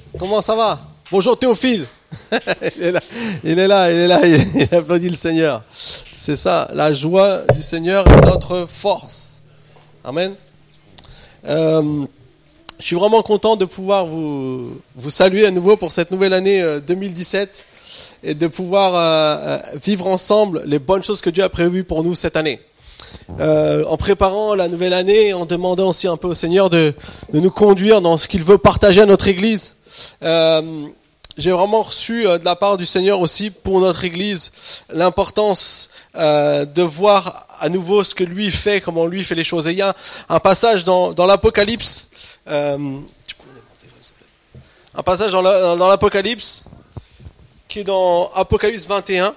Comment ça va? Bonjour Théophile. Il est là, il applaudit le Seigneur. C'est ça, la joie du Seigneur est notre force. Amen. Je suis vraiment content de pouvoir vous saluer à nouveau pour cette nouvelle année 2017 et de pouvoir vivre ensemble les bonnes choses que Dieu a prévues pour nous cette année. En préparant la nouvelle année, en demandant aussi un peu au Seigneur de nous conduire dans ce qu'il veut partager à notre Église. J'ai vraiment reçu de la part du Seigneur aussi pour notre Église l'importance de voir à nouveau ce que lui fait, comment lui fait les choses. Et il y a un passage dans l'Apocalypse, un passage dans l'Apocalypse qui est dans Apocalypse 21,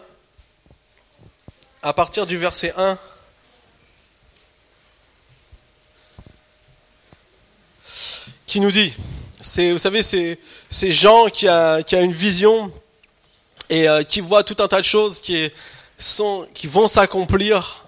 à partir du verset 1. Qui nous dit, vous savez, c'est Jean qui a une vision et qui voit tout un tas de choses qui vont s'accomplir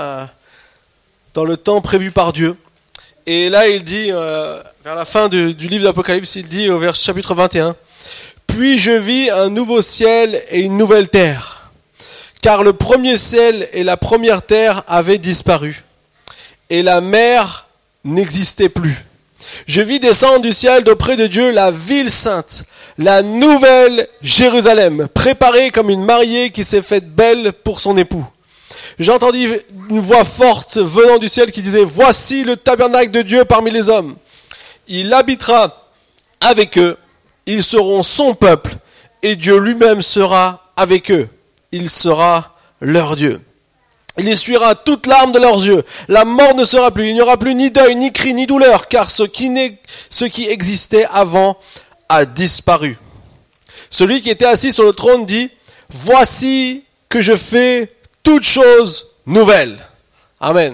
dans le temps prévu par Dieu. Et là, il dit, vers la fin du livre d'Apocalypse, il dit au chapitre 21, « Puis je vis un nouveau ciel et une nouvelle terre, car le premier ciel et la première terre avaient disparu, et la mer n'existait plus. Je vis descendre du ciel d'auprès de Dieu la ville sainte, la nouvelle Jérusalem, préparée comme une mariée qui s'est faite belle pour son époux. J'entendis une voix forte venant du ciel qui disait, « Voici le tabernacle de Dieu parmi les hommes. Il habitera avec eux, ils seront son peuple, et Dieu lui-même sera avec eux. Il sera leur Dieu. Il essuiera toute larme de leurs yeux. La mort ne sera plus. Il n'y aura plus ni deuil, ni cri, ni douleur, car ce qui existait avant a disparu. » Celui qui était assis sur le trône dit, « Voici que je fais toutes choses nouvelles. » Amen.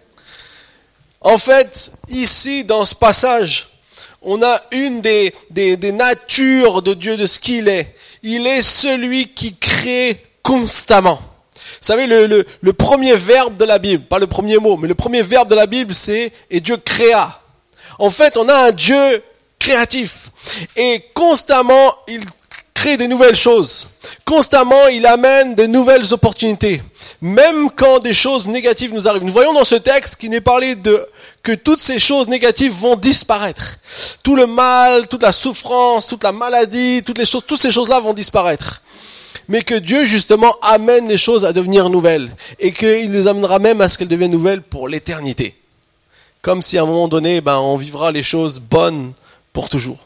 En fait, ici, dans ce passage, on a une des natures de Dieu, de ce qu'il est. Il est celui qui crée constamment. Vous savez, le premier verbe de la Bible, pas le premier mot, mais le premier verbe de la Bible, c'est « et Dieu créa ». En fait, on a un Dieu créatif. Et constamment, il crée de nouvelles choses. Constamment, il amène de nouvelles opportunités. Même quand des choses négatives nous arrivent. Nous voyons dans ce texte qu'il n'est parlé que toutes ces choses négatives vont disparaître. Tout le mal, toute la souffrance, toute la maladie, toutes ces choses-là vont disparaître. Mais que Dieu, justement, amène les choses à devenir nouvelles. Et qu'il les amènera même à ce qu'elles deviennent nouvelles pour l'éternité. Comme si à un moment donné, on vivra les choses bonnes pour toujours.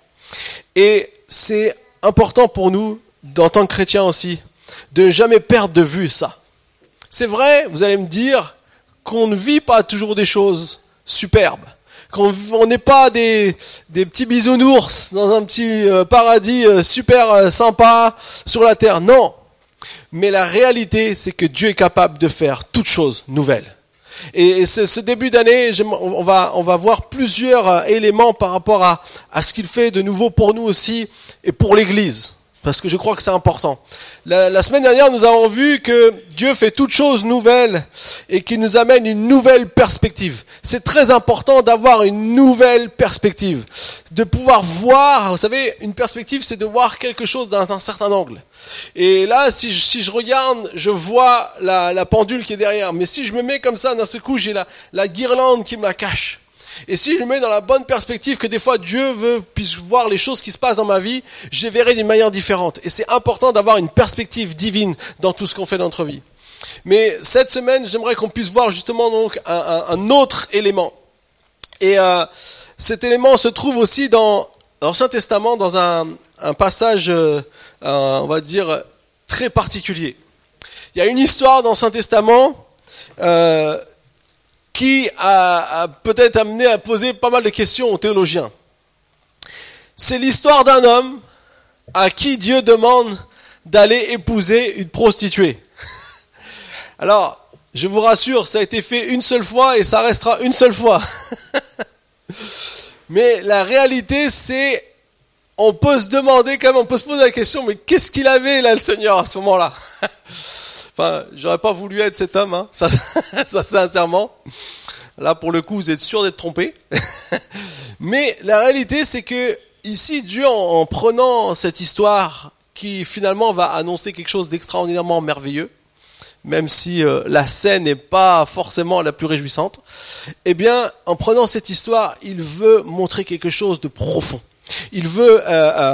Et c'est important pour nous, en tant que chrétiens aussi, de ne jamais perdre de vue ça. C'est vrai, vous allez me dire, qu'on ne vit pas toujours des choses superbes. Qu'on n'est pas des petits bisounours dans un petit paradis super sympa sur la terre. Non. Mais la réalité, c'est que Dieu est capable de faire toutes choses nouvelles. Et ce début d'année, on va voir plusieurs éléments par rapport à ce qu'il fait de nouveau pour nous aussi et pour l'Église. Parce que je crois que c'est important. La semaine dernière, nous avons vu que Dieu fait toutes choses nouvelles et qu'il nous amène une nouvelle perspective. C'est très important d'avoir une nouvelle perspective. De pouvoir voir, vous savez, une perspective, c'est de voir quelque chose dans un certain angle. Et là, si je regarde, je vois la pendule qui est derrière. Mais si je me mets comme ça, d'un seul coup, j'ai la guirlande qui me la cache. Et si je mets dans la bonne perspective que des fois Dieu puisse voir les choses qui se passent dans ma vie, je les verrai d'une manière différente. Et c'est important d'avoir une perspective divine dans tout ce qu'on fait dans notre vie. Mais cette semaine, j'aimerais qu'on puisse voir justement donc un autre élément. Et cet élément se trouve aussi dans l'Ancien Testament, dans un passage, on va dire, très particulier. Il y a une histoire dans l'Ancien Testament qui a peut-être amené à poser pas mal de questions aux théologiens. C'est l'histoire d'un homme à qui Dieu demande d'aller épouser une prostituée. Alors, je vous rassure, ça a été fait une seule fois et ça restera une seule fois. Mais la réalité, c'est, on peut se demander quand même, on peut se poser la question, mais qu'est-ce qu'il avait là, le Seigneur, à ce moment-là ? Enfin, j'aurais pas voulu être cet homme, hein, ça sincèrement. Là, pour le coup, vous êtes sûr d'être trompé. Mais la réalité, c'est que ici, Dieu, en prenant cette histoire qui finalement va annoncer quelque chose d'extraordinairement merveilleux, même si la scène n'est pas forcément la plus réjouissante, eh bien, en prenant cette histoire, il veut montrer quelque chose de profond. Il veut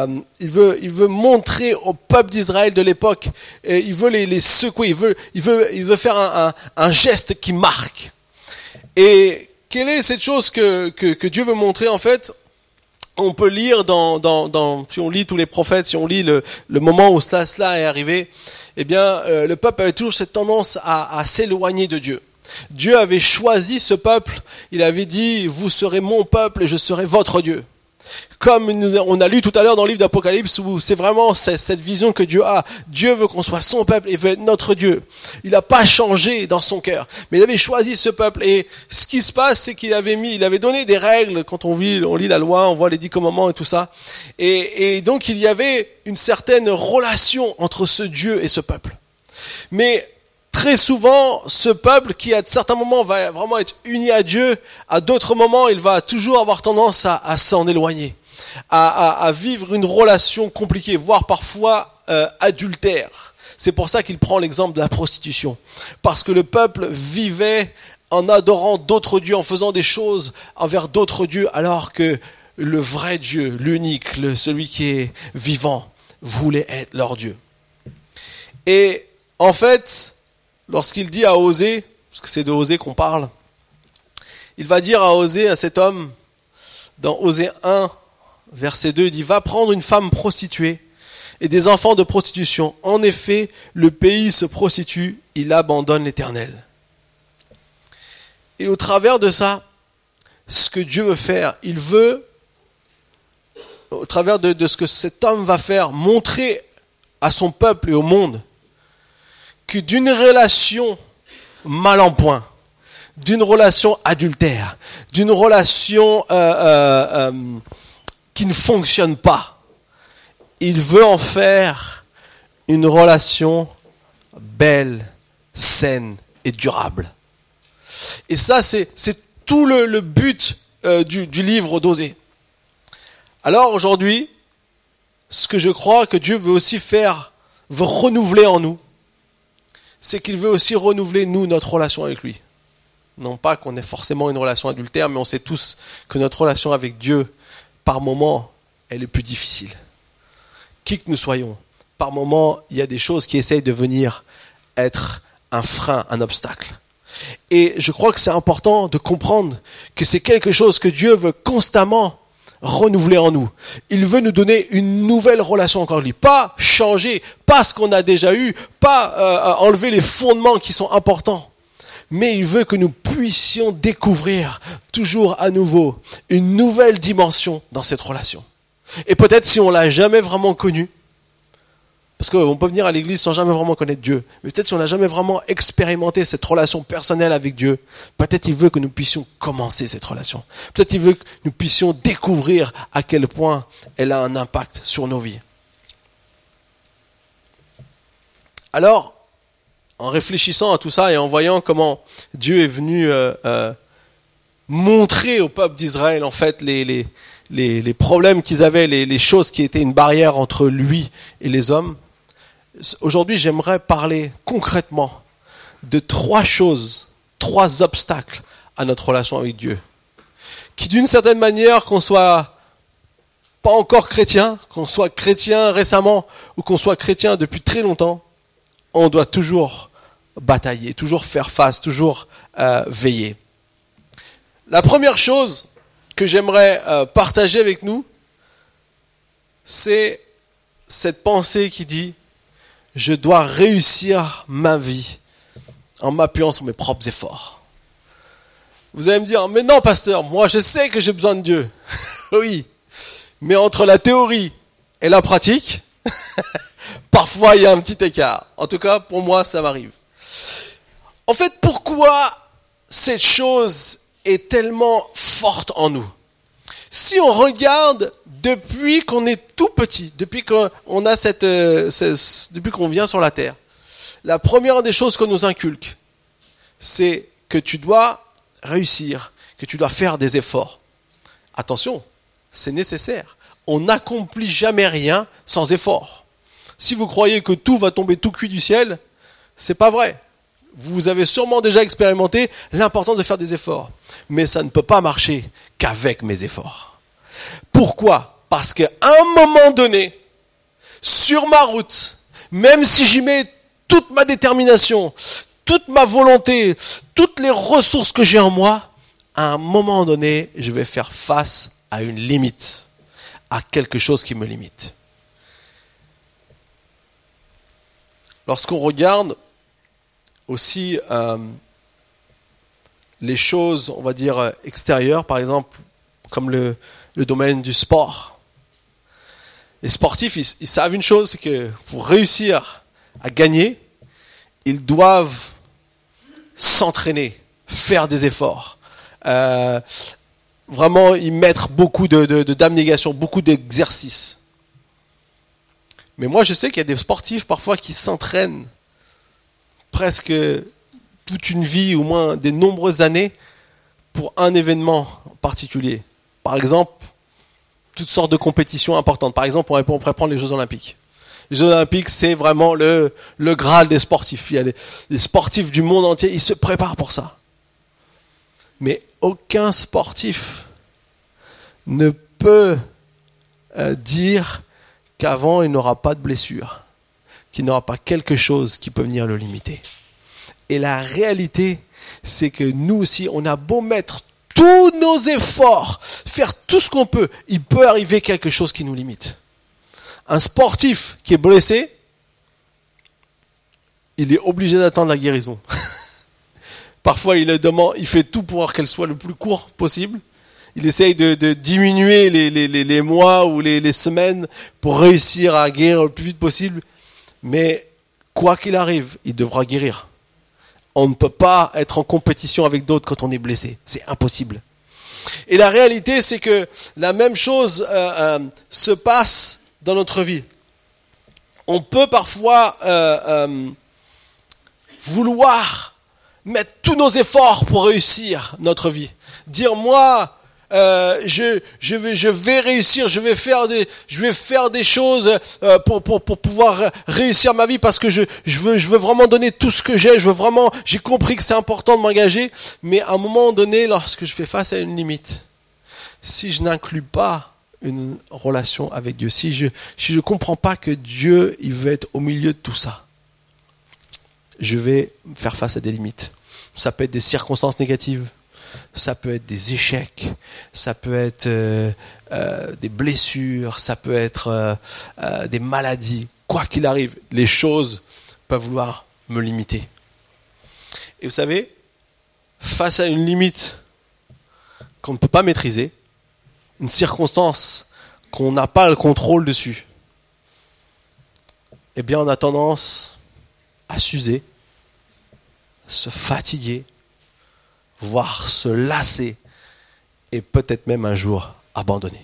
montrer au peuple d'Israël de l'époque, et il veut les secouer, il veut faire un geste qui marque. Et quelle est cette chose que Dieu veut montrer en fait? On peut lire si on lit tous les prophètes, si on lit le moment où cela est arrivé, eh bien, le peuple avait toujours cette tendance à s'éloigner de Dieu. Dieu avait choisi ce peuple, il avait dit, vous serez mon peuple et je serai votre Dieu. Comme on a lu tout à l'heure dans le livre d'Apocalypse, où c'est vraiment cette vision que Dieu a. Dieu veut qu'on soit son peuple et veut être notre Dieu. Il n'a pas changé dans son cœur, mais il avait choisi ce peuple. Et ce qui se passe, c'est qu'il avait donné des règles. Quand on lit la loi, on voit les 10 commandements et tout ça. Et donc il y avait une certaine relation entre ce Dieu et ce peuple. Mais très souvent, ce peuple qui à certains moments va vraiment être uni à Dieu, à d'autres moments, il va toujours avoir tendance à s'en éloigner, à vivre une relation compliquée, voire parfois adultère. C'est pour ça qu'il prend l'exemple de la prostitution. Parce que le peuple vivait en adorant d'autres dieux, en faisant des choses envers d'autres dieux, alors que le vrai Dieu, l'unique, celui qui est vivant, voulait être leur Dieu. Et en fait, lorsqu'il dit à Osée, parce que c'est de Osée qu'on parle, il va dire à Osée, à cet homme, dans Osée 1, verset 2, il dit « Va prendre une femme prostituée et des enfants de prostitution. En effet, le pays se prostitue, il abandonne l'Éternel. » Et au travers de ça, ce que Dieu veut faire, il veut, au travers de ce que cet homme va faire, montrer à son peuple et au monde que d'une relation mal en point, d'une relation adultère, d'une relation qui ne fonctionne pas, il veut en faire une relation belle, saine et durable. Et ça, c'est tout le but du livre d'Osée. Alors aujourd'hui, ce que je crois que Dieu veut aussi faire, veut renouveler en nous, c'est qu'il veut aussi renouveler, nous, notre relation avec lui. Non pas qu'on ait forcément une relation adultère, mais on sait tous que notre relation avec Dieu, par moments, elle est plus difficile. Qui que nous soyons, par moments, il y a des choses qui essayent de venir être un frein, un obstacle. Et je crois que c'est important de comprendre que c'est quelque chose que Dieu veut constamment renouveler en nous. Il veut nous donner une nouvelle relation encore avec lui. Pas changer, pas ce qu'on a déjà eu, pas enlever les fondements qui sont importants. Mais il veut que nous puissions découvrir toujours à nouveau une nouvelle dimension dans cette relation. Et peut-être si on l'a jamais vraiment connu, parce qu'on peut venir à l'église sans jamais vraiment connaître Dieu, mais peut-être si on n'a jamais vraiment expérimenté cette relation personnelle avec Dieu, peut-être il veut que nous puissions commencer cette relation. Peut-être il veut que nous puissions découvrir à quel point elle a un impact sur nos vies. Alors, en réfléchissant à tout ça et en voyant comment Dieu est venu montrer au peuple d'Israël en fait les problèmes qu'ils avaient, les choses qui étaient une barrière entre lui et les hommes, aujourd'hui j'aimerais parler concrètement de 3 choses, 3 obstacles à notre relation avec Dieu. Qui d'une certaine manière, qu'on soit pas encore chrétien, qu'on soit chrétien récemment ou qu'on soit chrétien depuis très longtemps, on doit toujours batailler, toujours faire face, toujours veiller. La première chose que j'aimerais partager avec nous, c'est cette pensée qui dit « Je dois réussir ma vie en m'appuyant sur mes propres efforts. » Vous allez me dire « Mais non, pasteur, moi je sais que j'ai besoin de Dieu. » Oui, mais entre la théorie et la pratique, parfois il y a un petit écart. En tout cas, pour moi, ça m'arrive. En fait, pourquoi cette chose est tellement forte en nous? Si on regarde depuis qu'on est tout petit, depuis qu'on a depuis qu'on vient sur la terre, la première des choses qu'on nous inculque, c'est que tu dois réussir, que tu dois faire des efforts. Attention, c'est nécessaire. on n'accomplit jamais rien sans effort. Si vous croyez que tout va tomber tout cuit du ciel, c'est pas vrai. Vous avez sûrement déjà expérimenté l'importance de faire des efforts. Mais ça ne peut pas marcher qu'avec mes efforts. Pourquoi ? Parce qu'à un moment donné, sur ma route, même si j'y mets toute ma détermination, toute ma volonté, toutes les ressources que j'ai en moi, à un moment donné, je vais faire face à une limite, à quelque chose qui me limite. Lorsqu'on regarde aussi les choses, on va dire, extérieures, par exemple, comme le domaine du sport. Les sportifs, ils savent une chose, c'est que pour réussir à gagner, ils doivent s'entraîner, faire des efforts. Vraiment y mettre beaucoup d'abnégation, beaucoup d'exercices. Mais moi, je sais qu'il y a des sportifs parfois qui s'entraînent presque toute une vie, au moins des nombreuses années, pour un événement particulier. Par exemple, toutes sortes de compétitions importantes. Par exemple, on pourrait prendre les Jeux Olympiques. Les Jeux Olympiques, c'est vraiment le Graal des sportifs. Il y a les sportifs du monde entier, ils se préparent pour ça. Mais aucun sportif ne peut dire qu'avant, il n'aura pas de blessure, qu'il n'aura pas quelque chose qui peut venir le limiter. Et la réalité, c'est que nous aussi, on a beau mettre tous nos efforts, faire tout ce qu'on peut, il peut arriver quelque chose qui nous limite. Un sportif qui est blessé, il est obligé d'attendre la guérison. Parfois, il fait tout pour qu'elle soit le plus court possible. Il essaye de diminuer les mois ou les semaines pour réussir à guérir le plus vite possible. Mais quoi qu'il arrive, il devra guérir. On ne peut pas être en compétition avec d'autres quand on est blessé. C'est impossible. Et la réalité, c'est que la même chose se passe dans notre vie. On peut parfois vouloir mettre tous nos efforts pour réussir notre vie. Dire moi, je vais réussir, je vais faire des choses pour pouvoir réussir ma vie parce que je veux vraiment donner tout ce que j'ai compris que c'est important de m'engager, mais à un moment donné, lorsque je fais face à une limite, si je n'inclus pas une relation avec Dieu, si je comprends pas que Dieu, il veut être au milieu de tout ça, je vais faire face à des limites. Ça peut être des circonstances négatives, ça peut être des échecs, ça peut être des blessures, ça peut être des maladies. Quoi qu'il arrive, les choses peuvent vouloir me limiter. Et vous savez, face à une limite qu'on ne peut pas maîtriser, une circonstance qu'on n'a pas le contrôle dessus, eh bien on a tendance à s'user, se fatiguer, voire se lasser et peut-être même un jour abandonner.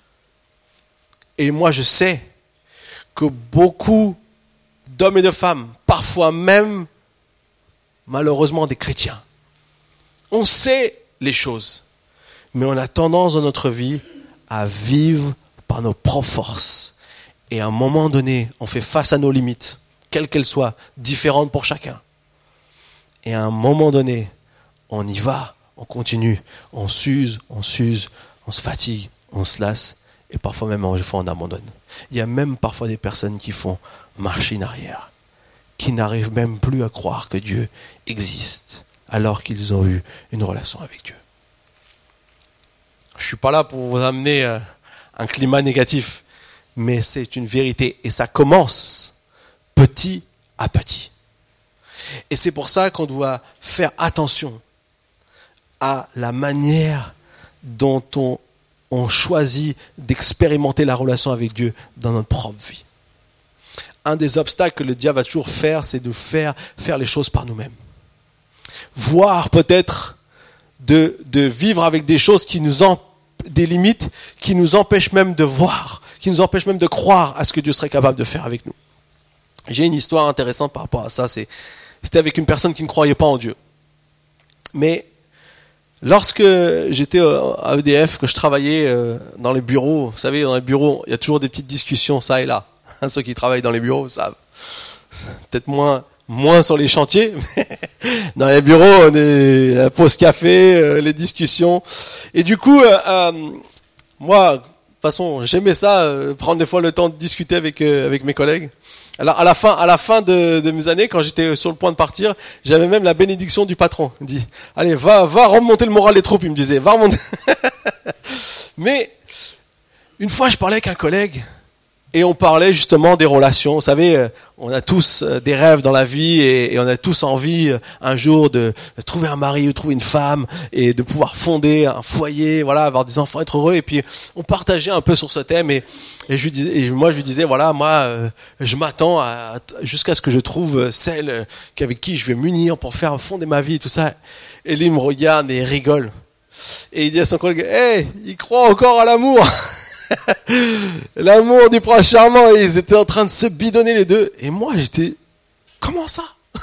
Et moi je sais que beaucoup d'hommes et de femmes, parfois même malheureusement des chrétiens, on sait les choses, mais on a tendance dans notre vie à vivre par nos propres forces. Et à un moment donné, on fait face à nos limites, quelles qu'elles soient, différentes pour chacun. Et à un moment donné, on y va, on continue, on s'use, on se fatigue, on se lasse, et parfois même on abandonne. Il y a même parfois des personnes qui font machine arrière, qui n'arrivent même plus à croire que Dieu existe, alors qu'ils ont eu une relation avec Dieu. Je ne suis pas là pour vous amener un climat négatif, mais c'est une vérité, et ça commence petit à petit. Et c'est pour ça qu'on doit faire attention à la manière dont on choisit d'expérimenter la relation avec Dieu dans notre propre vie. Un des obstacles que le diable va toujours faire, c'est de faire les choses par nous-mêmes. Voire peut-être de vivre avec des choses des limites qui nous empêchent même de voir, qui nous empêchent même de croire à ce que Dieu serait capable de faire avec nous. J'ai une histoire intéressante par rapport à ça. C'était avec une personne qui ne croyait pas en Dieu. Mais Lorsque j'étais à EDF, que je travaillais dans les bureaux, vous savez, dans les bureaux, il y a toujours des petites discussions, ça et là. Ceux qui travaillent dans les bureaux savent. Peut-être moins sur les chantiers, mais dans les bureaux, la pause café, les discussions. Et du coup, moi, de toute façon, j'aimais ça, prendre des fois le temps de discuter avec mes collègues. Alors à la fin de mes années, quand j'étais sur le point de partir, j'avais même la bénédiction du patron. Il me dit, allez, va remonter le moral des troupes, il me disait, va remonter. Mais une fois, je parlais avec un collègue et on parlait justement des relations. Vous savez, on a tous des rêves dans la vie et on a tous envie un jour de trouver un mari ou trouver une femme et de pouvoir fonder un foyer, voilà, avoir des enfants, être heureux. Et puis on partageait un peu sur ce thème et moi je lui disais, voilà, je m'attends jusqu'à ce que je trouve celle avec qui je vais m'unir pour faire fonder ma vie, tout ça. Et lui il me regarde et il rigole et il dit à son collègue, hey, il croit encore à l'amour. L'amour du prince charmant, et ils étaient en train de se bidonner les deux. Et moi, j'étais, comment ça?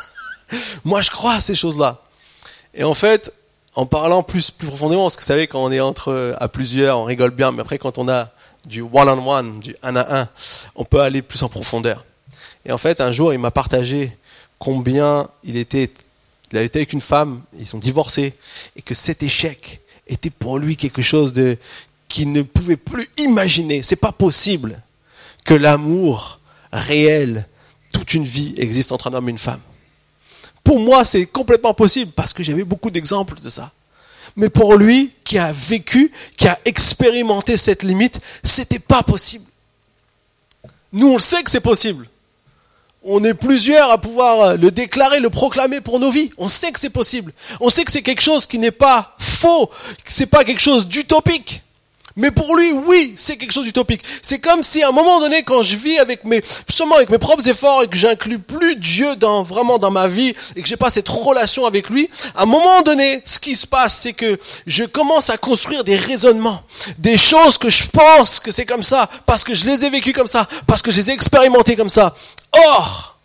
Moi, je crois à ces choses-là. Et en fait, en parlant plus profondément, parce que vous savez, quand on est à plusieurs, on rigole bien, mais après, quand on a du one-on-one, du un à un, on peut aller plus en profondeur. Et en fait, un jour, il m'a partagé combien il avait été avec une femme, ils sont divorcés, et que cet échec était pour lui quelque chose qu'il ne pouvait plus imaginer. C'est pas possible que l'amour réel, toute une vie, existe entre un homme et une femme. Pour moi, c'est complètement possible parce que j'avais beaucoup d'exemples de ça. Mais pour lui, qui a vécu, qui a expérimenté cette limite, c'était pas possible. Nous, on le sait que c'est possible. On est plusieurs à pouvoir le déclarer, le proclamer pour nos vies. On sait que c'est possible. On sait que c'est quelque chose qui n'est pas faux, que c'est pas quelque chose d'utopique. Mais pour lui, oui, c'est quelque chose d'utopique. C'est comme si à un moment donné, quand je vis avec mes propres efforts et que j'inclus plus Dieu vraiment dans ma vie et que j'ai pas cette relation avec lui, à un moment donné, ce qui se passe, c'est que je commence à construire des raisonnements, des choses que je pense que c'est comme ça, parce que je les ai vécues comme ça, parce que je les ai expérimentées comme ça. Or,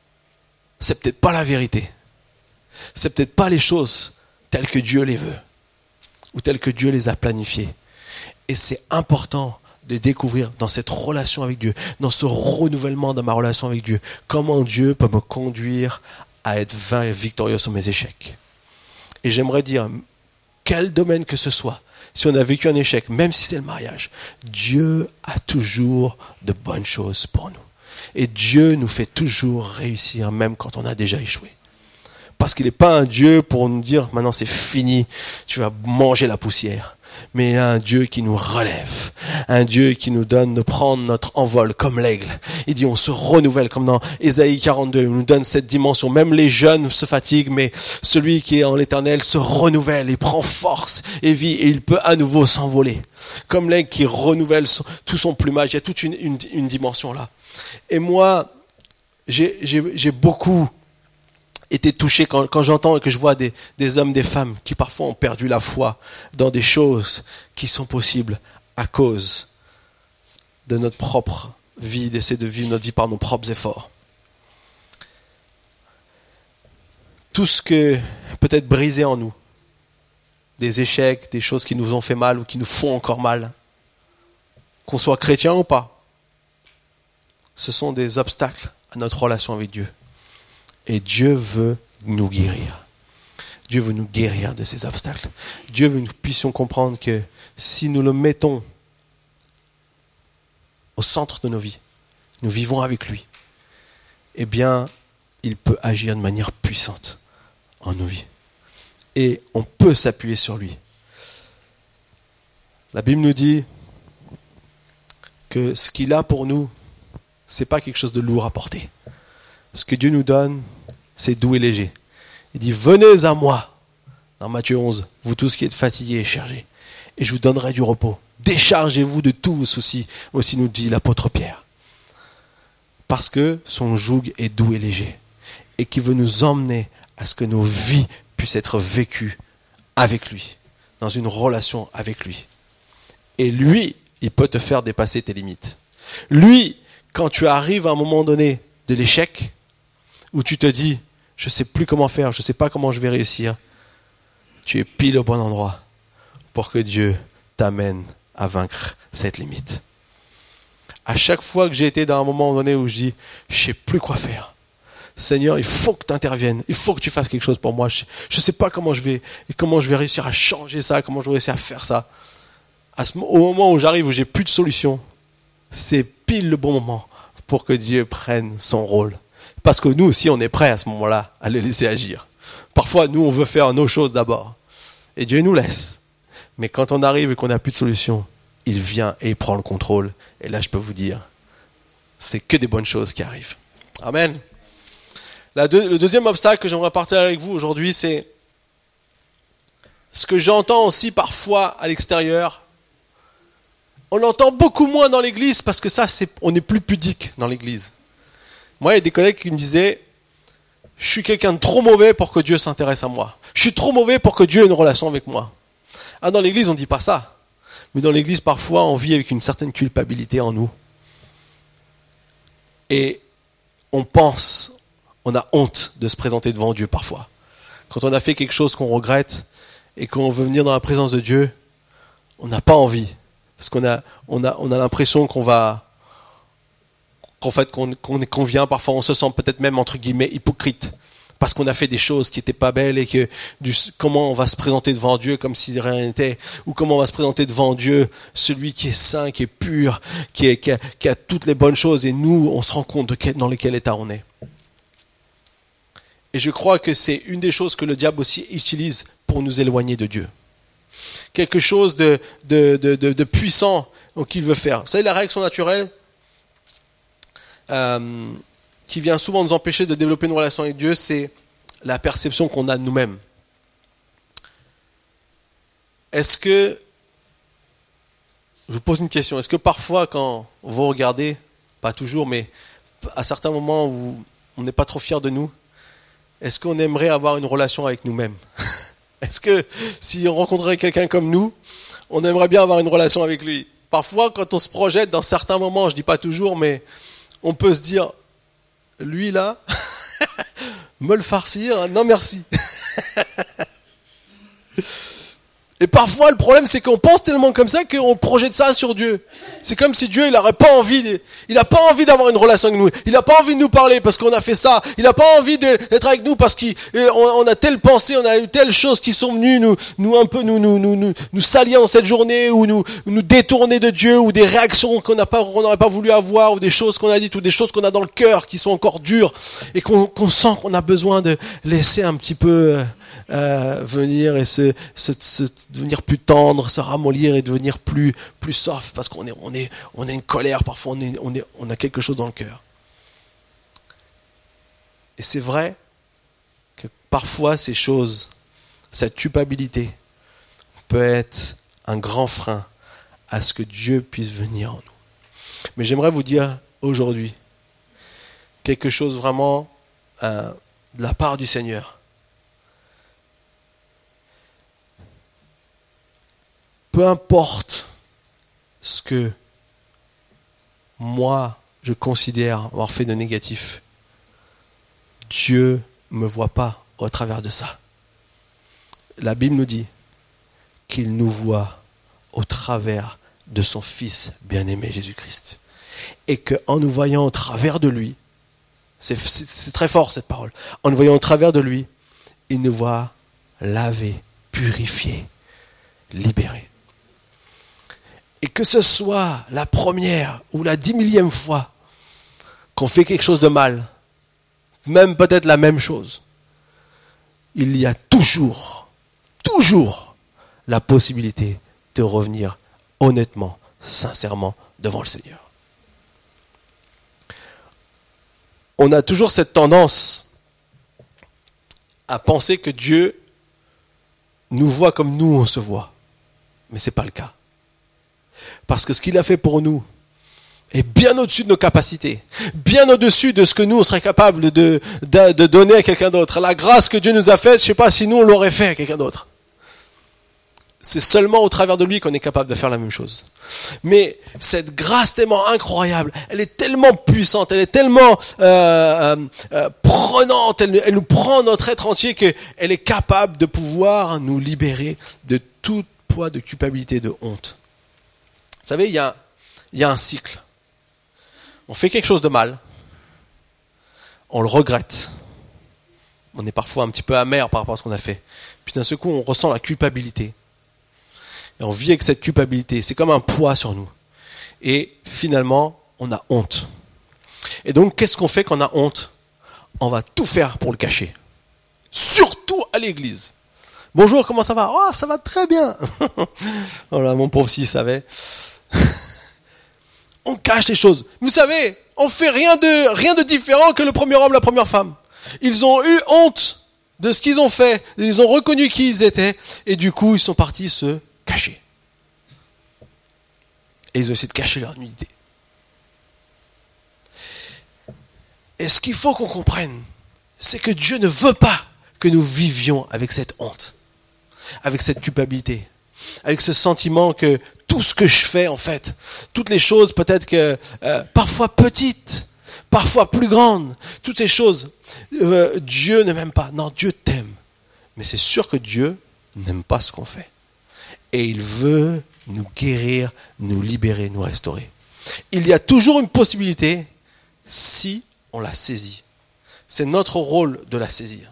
c'est peut-être pas la vérité. C'est peut-être pas les choses telles que Dieu les veut ou telles que Dieu les a planifiées. Et c'est important de découvrir dans cette relation avec Dieu, dans ce renouvellement de ma relation avec Dieu, comment Dieu peut me conduire à être vain et victorieux sur mes échecs. Et j'aimerais dire, quel domaine que ce soit, si on a vécu un échec, même si c'est le mariage, Dieu a toujours de bonnes choses pour nous. Et Dieu nous fait toujours réussir, même quand on a déjà échoué. Parce qu'il n'est pas un Dieu pour nous dire, maintenant c'est fini, tu vas manger la poussière. Mais un Dieu qui nous relève, un Dieu qui nous donne de prendre notre envol comme l'aigle. Il dit on se renouvelle comme dans Ésaïe 42, il nous donne cette dimension. Même les jeunes se fatiguent, mais celui qui est en l'Éternel se renouvelle, il prend force et vie et il peut à nouveau s'envoler. Comme l'aigle qui renouvelle tout son plumage, il y a toute une dimension là. Et moi, j'ai beaucoup été touché quand j'entends et que je vois des hommes, des femmes qui parfois ont perdu la foi dans des choses qui sont possibles à cause de notre propre vie, d'essayer de vivre notre vie par nos propres efforts. Tout ce que peut être brisé en nous, des échecs, des choses qui nous ont fait mal ou qui nous font encore mal, qu'on soit chrétien ou pas, ce sont des obstacles à notre relation avec Dieu. Et Dieu veut nous guérir. Dieu veut nous guérir de ces obstacles. Dieu veut que nous puissions comprendre que si nous le mettons au centre de nos vies, nous vivons avec lui, eh bien, il peut agir de manière puissante en nos vies. Et on peut s'appuyer sur lui. La Bible nous dit que ce qu'il a pour nous, c'est pas quelque chose de lourd à porter. Ce que Dieu nous donne, c'est doux et léger. Il dit, venez à moi, dans Matthieu 11, vous tous qui êtes fatigués et chargés, et je vous donnerai du repos. Déchargez-vous de tous vos soucis, aussi nous dit l'apôtre Pierre. Parce que son joug est doux et léger, et qui veut nous emmener à ce que nos vies puissent être vécues avec lui, dans une relation avec lui. Et lui, il peut te faire dépasser tes limites. Lui, quand tu arrives à un moment donné de l'échec, où tu te dis, je ne sais plus comment faire, je ne sais pas comment je vais réussir, tu es pile au bon endroit pour que Dieu t'amène à vaincre cette limite. À chaque fois que j'ai été dans un moment donné où je dis, je ne sais plus quoi faire. Seigneur, il faut que tu interviennes, il faut que tu fasses quelque chose pour moi. Je ne sais pas comment je vais réussir à changer ça, comment je vais réussir à faire ça. Au moment où j'arrive, où j'ai plus de solution, c'est pile le bon moment pour que Dieu prenne son rôle. Parce que nous aussi, on est prêts à ce moment-là à le laisser agir. Parfois, nous, on veut faire nos choses d'abord. Et Dieu nous laisse. Mais quand on arrive et qu'on n'a plus de solution, il vient et il prend le contrôle. Et là, je peux vous dire, c'est que des bonnes choses qui arrivent. Amen. Le deuxième obstacle que j'aimerais partager avec vous aujourd'hui, c'est ce que j'entends aussi parfois à l'extérieur. On l'entend beaucoup moins dans l'église parce que on est plus pudique dans l'église. Moi, il y a des collègues qui me disaient, je suis quelqu'un de trop mauvais pour que Dieu s'intéresse à moi. Je suis trop mauvais pour que Dieu ait une relation avec moi. Ah, dans l'église, on ne dit pas ça. Mais dans l'église, parfois, on vit avec une certaine culpabilité en nous. Et on a honte de se présenter devant Dieu parfois. Quand on a fait quelque chose qu'on regrette et qu'on veut venir dans la présence de Dieu, on n'a pas envie. Parce qu'on a l'impression qu'on vient, parfois on se sent peut-être même entre guillemets hypocrite. Parce qu'on a fait des choses qui n'étaient pas belles et que comment on va se présenter devant Dieu comme si rien n'était, ou comment on va se présenter devant Dieu, celui qui est saint, qui est pur, qui a toutes les bonnes choses, et nous, on se rend compte dans quel état on est. Et je crois que c'est une des choses que le diable aussi utilise pour nous éloigner de Dieu. Quelque chose de puissant qu'il veut faire. Vous savez, la réaction naturelle, qui vient souvent nous empêcher de développer une relation avec Dieu, c'est la perception qu'on a de nous-mêmes. Est-ce que, je vous pose une question, est-ce que parfois quand vous regardez, pas toujours, mais à certains moments où on n'est pas trop fier de nous, est-ce qu'on aimerait avoir une relation avec nous-mêmes ? Est-ce que si on rencontrait quelqu'un comme nous, on aimerait bien avoir une relation avec lui ? Parfois, quand on se projette dans certains moments, je ne dis pas toujours, mais on peut se dire, lui là, me le farcir, non merci. Et parfois, le problème, c'est qu'on pense tellement comme ça qu'on projette ça sur Dieu. C'est comme si Dieu, il n'a pas envie d'avoir une relation avec nous. Il n'a pas envie de nous parler parce qu'on a fait ça. Il n'a pas envie d'être avec nous parce qu'on a telle pensée, on a eu telle chose qui sont venues nous salir dans cette journée, ou nous détourner de Dieu, ou des réactions qu'on n'aurait pas voulu avoir, ou des choses qu'on a dites, ou des choses qu'on a dans le cœur qui sont encore dures, et qu'on sent qu'on a besoin de laisser un petit peu venir et devenir plus tendre, se ramollir et devenir plus soft, parce qu'on a une colère, parfois on a quelque chose dans le cœur. Et c'est vrai que parfois ces choses, cette culpabilité peut être un grand frein à ce que Dieu puisse venir en nous. Mais j'aimerais vous dire aujourd'hui quelque chose vraiment de la part du Seigneur. Peu importe ce que moi je considère avoir fait de négatif, Dieu ne me voit pas au travers de ça. La Bible nous dit qu'il nous voit au travers de son Fils bien-aimé Jésus-Christ. Et qu'en nous voyant au travers de lui, c'est très fort cette parole, en nous voyant au travers de lui, il nous voit lavé, purifié, libéré. Et que ce soit la première ou la 10 000e fois qu'on fait quelque chose de mal, même peut-être la même chose, il y a toujours la possibilité de revenir honnêtement, sincèrement devant le Seigneur. On a toujours cette tendance à penser que Dieu nous voit comme nous on se voit, mais ce n'est pas le cas. Parce que ce qu'il a fait pour nous est bien au-dessus de nos capacités, bien au-dessus de ce que nous, on serait capable de donner à quelqu'un d'autre. La grâce que Dieu nous a faite, je ne sais pas si nous, on l'aurait fait à quelqu'un d'autre. c'est seulement au travers de lui qu'on est capable de faire la même chose. Mais cette grâce tellement incroyable, elle est tellement puissante, elle est tellement prenante, elle nous prend notre être entier qu'elle est capable de pouvoir nous libérer de tout poids de culpabilité, de honte. Vous savez, il y a un cycle. On fait quelque chose de mal, on le regrette. On est parfois un petit peu amer par rapport à ce qu'on a fait. Puis d'un seul coup, on ressent la culpabilité. Et on vit avec cette culpabilité. C'est comme un poids sur nous. Et finalement, on a honte. Et donc, qu'est-ce qu'on fait quand on a honte ? On va tout faire pour le cacher. Surtout à l'église. Bonjour, comment ça va ? Oh, ça va très bien. Voilà, mon pauvre s'il savait. On cache les choses. Vous savez, on fait rien de différent que le premier homme, la première femme. Ils ont eu honte de ce qu'ils ont fait. Ils ont reconnu qui ils étaient. Et du coup, ils sont partis se cacher. Et ils ont essayé de cacher leur nudité. Et ce qu'il faut qu'on comprenne, c'est que Dieu ne veut pas que nous vivions avec cette honte, avec cette culpabilité, avec ce sentiment que tout ce que je fais, en fait, toutes les choses peut-être que parfois petites, parfois plus grandes, toutes ces choses, Dieu ne m'aime pas. Non, Dieu t'aime. Mais c'est sûr que Dieu n'aime pas ce qu'on fait. Et il veut nous guérir, nous libérer, nous restaurer. Il y a toujours une possibilité si on la saisit. C'est notre rôle de la saisir.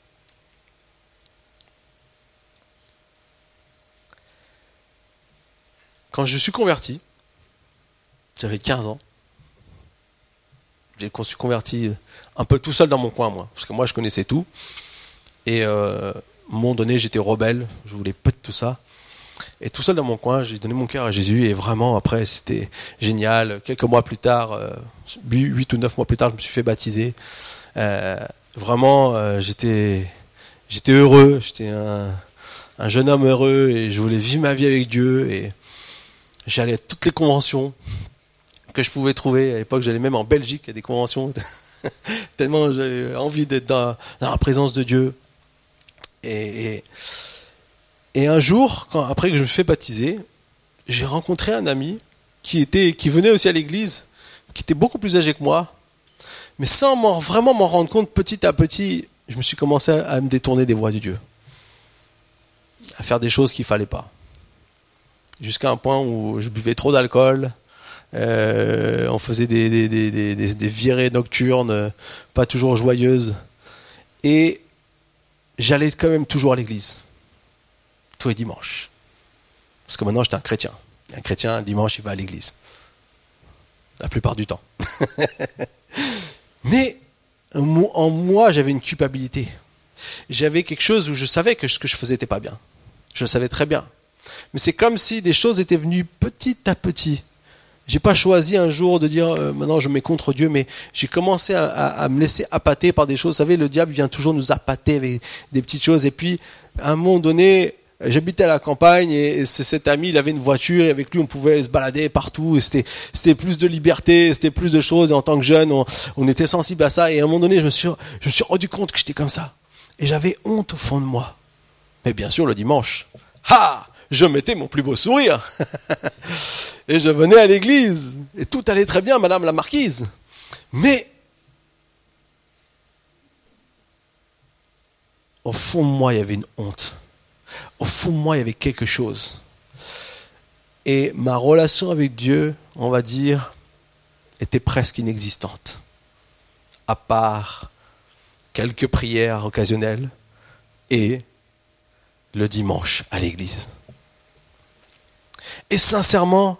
Quand je suis converti, j'avais 15 ans, je suis converti un peu tout seul dans mon coin, moi, parce que moi je connaissais tout. Et à un moment donné, j'étais rebelle, je voulais pas de tout ça. Et tout seul dans mon coin, j'ai donné mon cœur à Jésus, et vraiment après c'était génial. Quelques mois plus tard, 8 ou 9 mois plus tard, je me suis fait baptiser. Vraiment, j'étais heureux, j'étais un jeune homme heureux, et je voulais vivre ma vie avec Dieu, et j'allais à toutes les conventions que je pouvais trouver. À l'époque, j'allais même en Belgique à des conventions, tellement j'avais envie d'être dans la présence de Dieu. Et un jour, après que je me suis fait baptiser, j'ai rencontré un ami qui venait aussi à l'église, qui était beaucoup plus âgé que moi, mais sans vraiment m'en rendre compte, petit à petit, je me suis commencé à me détourner des voies de Dieu, à faire des choses qu'il fallait pas, jusqu'à un point où je buvais trop d'alcool, on faisait des virées nocturnes, pas toujours joyeuses, et j'allais quand même toujours à l'église. Tous les dimanches. Parce que maintenant, j'étais un chrétien. Un chrétien, le dimanche, il va à l'église. La plupart du temps. Mais, en moi, j'avais une culpabilité. J'avais quelque chose où je savais que ce que je faisais n'était pas bien. Je le savais très bien. Mais c'est comme si des choses étaient venues petit à petit. J'ai pas choisi un jour de dire maintenant je me mets contre Dieu, mais j'ai commencé à me laisser appâter par des choses. Vous savez, le diable vient toujours nous appâter avec des petites choses. Et puis, à un moment donné, j'habitais à la campagne et cet ami, il avait une voiture et avec lui on pouvait se balader partout. Et c'était plus de liberté, c'était plus de choses. Et en tant que jeune, on était sensible à ça. Et à un moment donné, je me suis rendu compte que j'étais comme ça. Et j'avais honte au fond de moi. Mais bien sûr, le dimanche, je mettais mon plus beau sourire. Et je venais à l'église. Et tout allait très bien, madame la marquise. Mais, au fond de moi, il y avait une honte. Au fond de moi, il y avait quelque chose. Et ma relation avec Dieu, on va dire, était presque inexistante. À part quelques prières occasionnelles et le dimanche à l'église. Et sincèrement,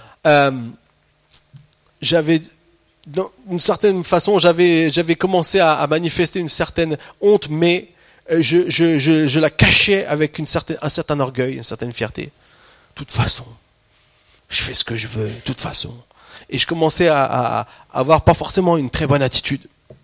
j'avais, d'une certaine façon, j'avais commencé à manifester une certaine honte, mais je la cachais avec un certain orgueil, une certaine fierté. De toute façon, je fais ce que je veux, de toute façon. Et je commençais à avoir pas forcément une très bonne attitude.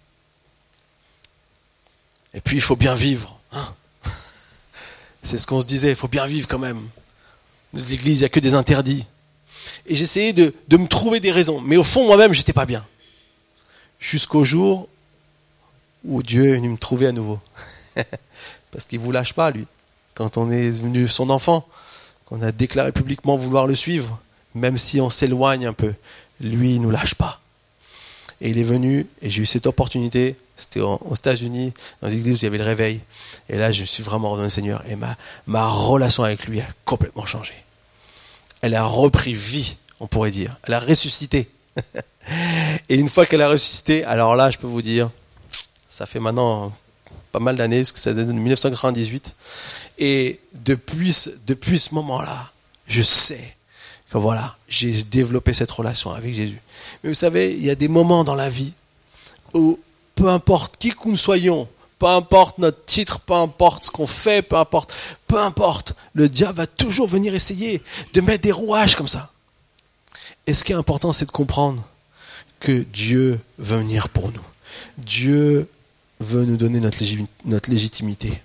Et puis, il faut bien vivre. Hein. C'est ce qu'on se disait, il faut bien vivre quand même. Dans les églises, il n'y a que des interdits. Et j'essayais de me trouver des raisons. Mais au fond, moi-même, j'étais pas bien. Jusqu'au jour où Dieu est venu me trouver à nouveau. Parce qu'il ne vous lâche pas, lui. Quand on est devenu son enfant, qu'on a déclaré publiquement vouloir le suivre, même si on s'éloigne un peu, lui, il ne nous lâche pas. Et il est venu, et j'ai eu cette opportunité, c'était aux États-Unis, dans les églises où il y avait le réveil. Et là, je me suis vraiment redonné au Seigneur. Et ma relation avec lui a complètement changé. Elle a repris vie, on pourrait dire. Elle a ressuscité. Et une fois qu'elle a ressuscité, alors là, je peux vous dire, ça fait maintenant pas mal d'années, parce que ça date de 1998. Et depuis ce moment-là, je sais que voilà, j'ai développé cette relation avec Jésus. Mais vous savez, il y a des moments dans la vie où, peu importe qui que nous soyons, peu importe notre titre, peu importe ce qu'on fait, peu importe, le diable va toujours venir essayer de mettre des rouages comme ça. Et ce qui est important, c'est de comprendre que Dieu veut venir pour nous. Dieu veut nous donner notre légitimité.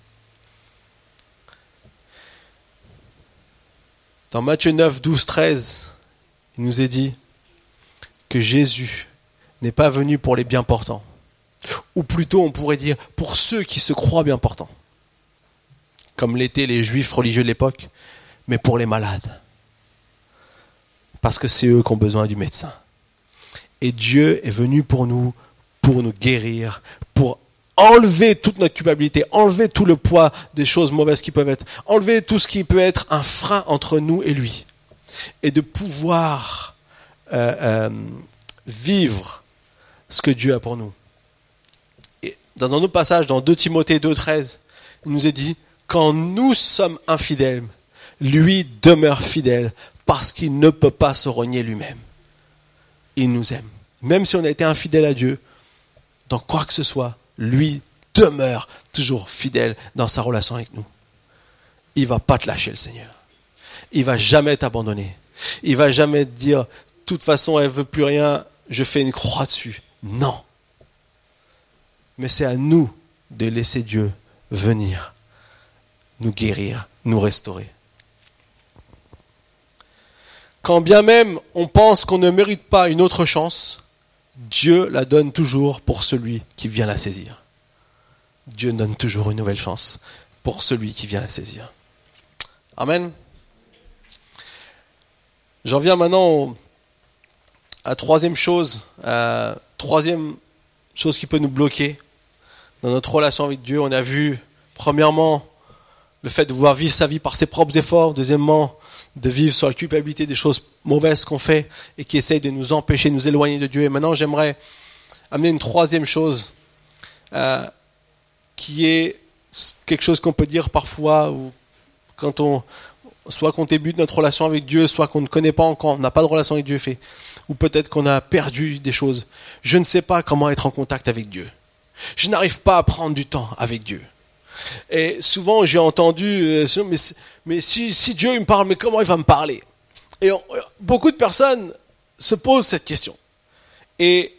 Dans Matthieu 9, 12, 13, il nous est dit que Jésus n'est pas venu pour les bien portants. Ou plutôt, on pourrait dire, pour ceux qui se croient bien portants. Comme l'étaient les juifs religieux de l'époque, mais pour les malades. Parce que c'est eux qui ont besoin du médecin. Et Dieu est venu pour nous guérir, pour enlever toute notre culpabilité, enlever tout le poids des choses mauvaises qui peuvent être, enlever tout ce qui peut être un frein entre nous et lui. Et de pouvoir vivre ce que Dieu a pour nous. Et dans un autre passage, dans 2 Timothée 2, 13, il nous est dit, quand nous sommes infidèles, lui demeure fidèle parce qu'il ne peut pas se renier lui-même. Il nous aime. Même si on a été infidèle à Dieu, dans quoi que ce soit, lui demeure toujours fidèle dans sa relation avec nous. Il ne va pas te lâcher, le Seigneur. Il ne va jamais t'abandonner. Il ne va jamais te dire, de toute façon, elle ne veut plus rien, je fais une croix dessus. Non. Mais c'est à nous de laisser Dieu venir nous guérir, nous restaurer. Quand bien même on pense qu'on ne mérite pas une autre chance, Dieu la donne toujours pour celui qui vient la saisir. Dieu donne toujours une nouvelle chance pour celui qui vient la saisir. Amen. J'en viens maintenant à troisième chose qui peut nous bloquer dans notre relation avec Dieu. On a vu, premièrement, le fait de vouloir vivre sa vie par ses propres efforts. Deuxièmement, de vivre sur la culpabilité des choses mauvaises qu'on fait et qui essayent de nous empêcher, de nous éloigner de Dieu. Et maintenant, j'aimerais amener une troisième chose qui est quelque chose qu'on peut dire parfois soit qu'on débute notre relation avec Dieu, soit qu'on ne connaît pas encore, on n'a pas de relation avec Dieu fait, ou peut-être qu'on a perdu des choses. Je ne sais pas comment être en contact avec Dieu. Je n'arrive pas à prendre du temps avec Dieu. Et souvent j'ai entendu, mais si Dieu il me parle, mais comment il va me parler? Et beaucoup de personnes se posent cette question. Et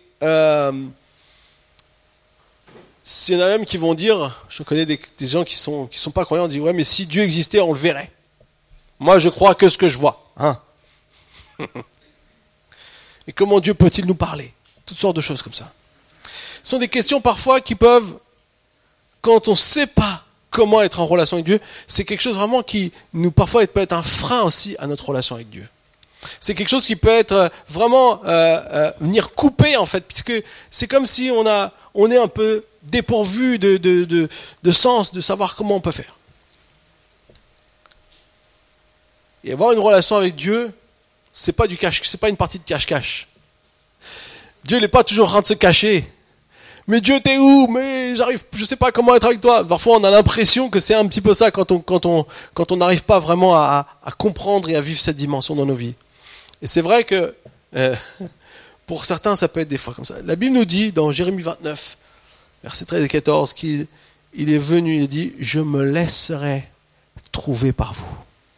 il y en a même qui vont dire, je connais des gens qui sont pas croyants, disent ouais, mais si Dieu existait, on le verrait. Moi, je crois que ce que je vois. Hein. Et comment Dieu peut-il nous parler? Toutes sortes de choses comme ça. Ce sont des questions parfois qui peuvent, quand on ne sait pas comment être en relation avec Dieu, c'est quelque chose vraiment qui nous parfois peut être un frein aussi à notre relation avec Dieu. C'est quelque chose qui peut être vraiment venir couper en fait, puisque c'est comme si on est un peu dépourvu de sens, de savoir comment on peut faire. Et avoir une relation avec Dieu, c'est pas une partie de cache-cache. Dieu n'est pas toujours en train de se cacher. Mais Dieu, t'es où? Mais je sais pas comment être avec toi. Parfois, on a l'impression que c'est un petit peu ça quand on n'arrive pas vraiment à comprendre et à vivre cette dimension dans nos vies. Et c'est vrai que pour certains, ça peut être des fois comme ça. La Bible nous dit dans Jérémie 29, versets 13 et 14, qu'il est venu, il dit « Je me laisserai trouver par vous ».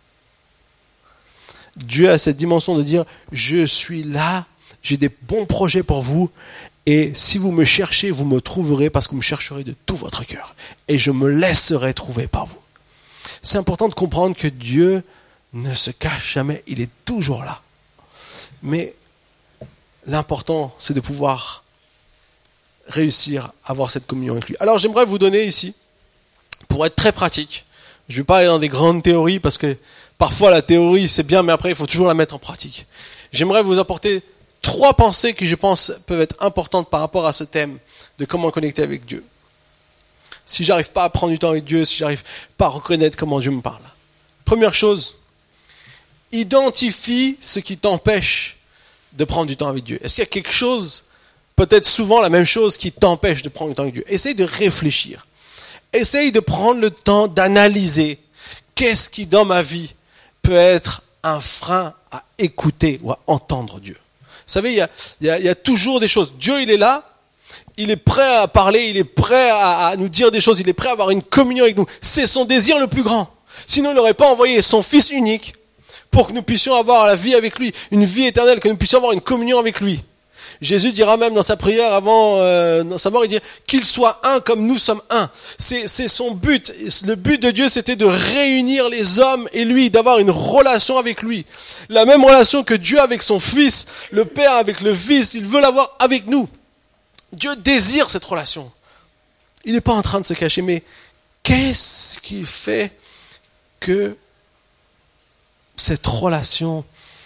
Dieu a cette dimension de dire « Je suis là, j'ai des bons projets pour vous, et si vous me cherchez, vous me trouverez parce que vous me chercherez de tout votre cœur. Et je me laisserai trouver par vous. » C'est important de comprendre que Dieu ne se cache jamais, il est toujours là. Mais l'important, c'est de pouvoir réussir à avoir cette communion avec lui. Alors j'aimerais vous donner ici, pour être très pratique, je ne vais pas aller dans des grandes théories parce que Parfois la théorie c'est bien, mais après il faut toujours la mettre en pratique. J'aimerais vous apporter 3 pensées qui je pense peuvent être importantes par rapport à ce thème de comment connecter avec Dieu. Si j'arrive pas à prendre du temps avec Dieu, si j'arrive pas à reconnaître comment Dieu me parle. Première chose, identifie ce qui t'empêche de prendre du temps avec Dieu. Est-ce qu'il y a quelque chose, peut-être souvent la même chose, qui t'empêche de prendre du temps avec Dieu? Essaye de réfléchir. Essaye de prendre le temps d'analyser qu'est-ce qui dans ma vie peut être un frein à écouter ou à entendre Dieu. Vous savez, il y a toujours des choses. Dieu, il est là. Il est prêt à parler, il est prêt à nous dire des choses, il est prêt à avoir une communion avec nous. C'est son désir le plus grand. Sinon, il n'aurait pas envoyé son Fils unique pour que nous puissions avoir la vie avec lui, une vie éternelle, que nous puissions avoir une communion avec lui. Jésus dira même dans sa prière avant dans sa mort, il dit qu'il soit un comme nous sommes un. C'est son but. Le but de Dieu, c'était de réunir les hommes et lui, d'avoir une relation avec lui. La même relation que Dieu avec son Fils, le Père avec le Fils, il veut l'avoir avec nous. Dieu désire cette relation. Il n'est pas en train de se cacher, mais qu'est-ce qui fait que cette relation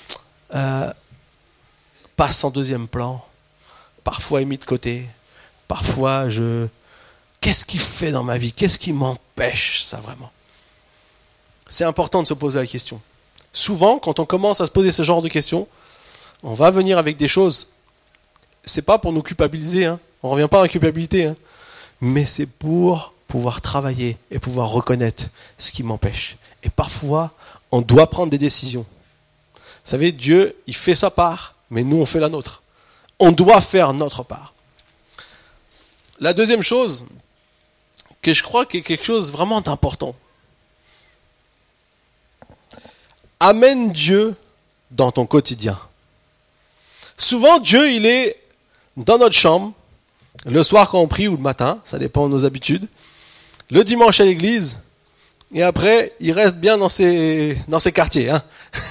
passe en deuxième plan, parfois est mis de côté, parfois Qu'est-ce qui fait dans ma vie? Qu'est-ce qui m'empêche ça vraiment? C'est important de se poser la question. Souvent, quand on commence à se poser ce genre de questions, on va venir avec des choses. C'est pas pour nous culpabiliser, hein. On revient pas à la culpabilité, hein. Mais c'est pour pouvoir travailler et pouvoir reconnaître ce qui m'empêche. Et parfois, on doit prendre des décisions. Vous savez, Dieu, il fait sa part, mais nous, on fait la nôtre. On doit faire notre part. La deuxième chose, que je crois qu'il est quelque chose vraiment d'important. Amène Dieu dans ton quotidien. Souvent, Dieu, il est dans notre chambre, le soir quand on prie ou le matin, ça dépend de nos habitudes, le dimanche à l'église, et après, il reste bien dans ses quartiers. Hein.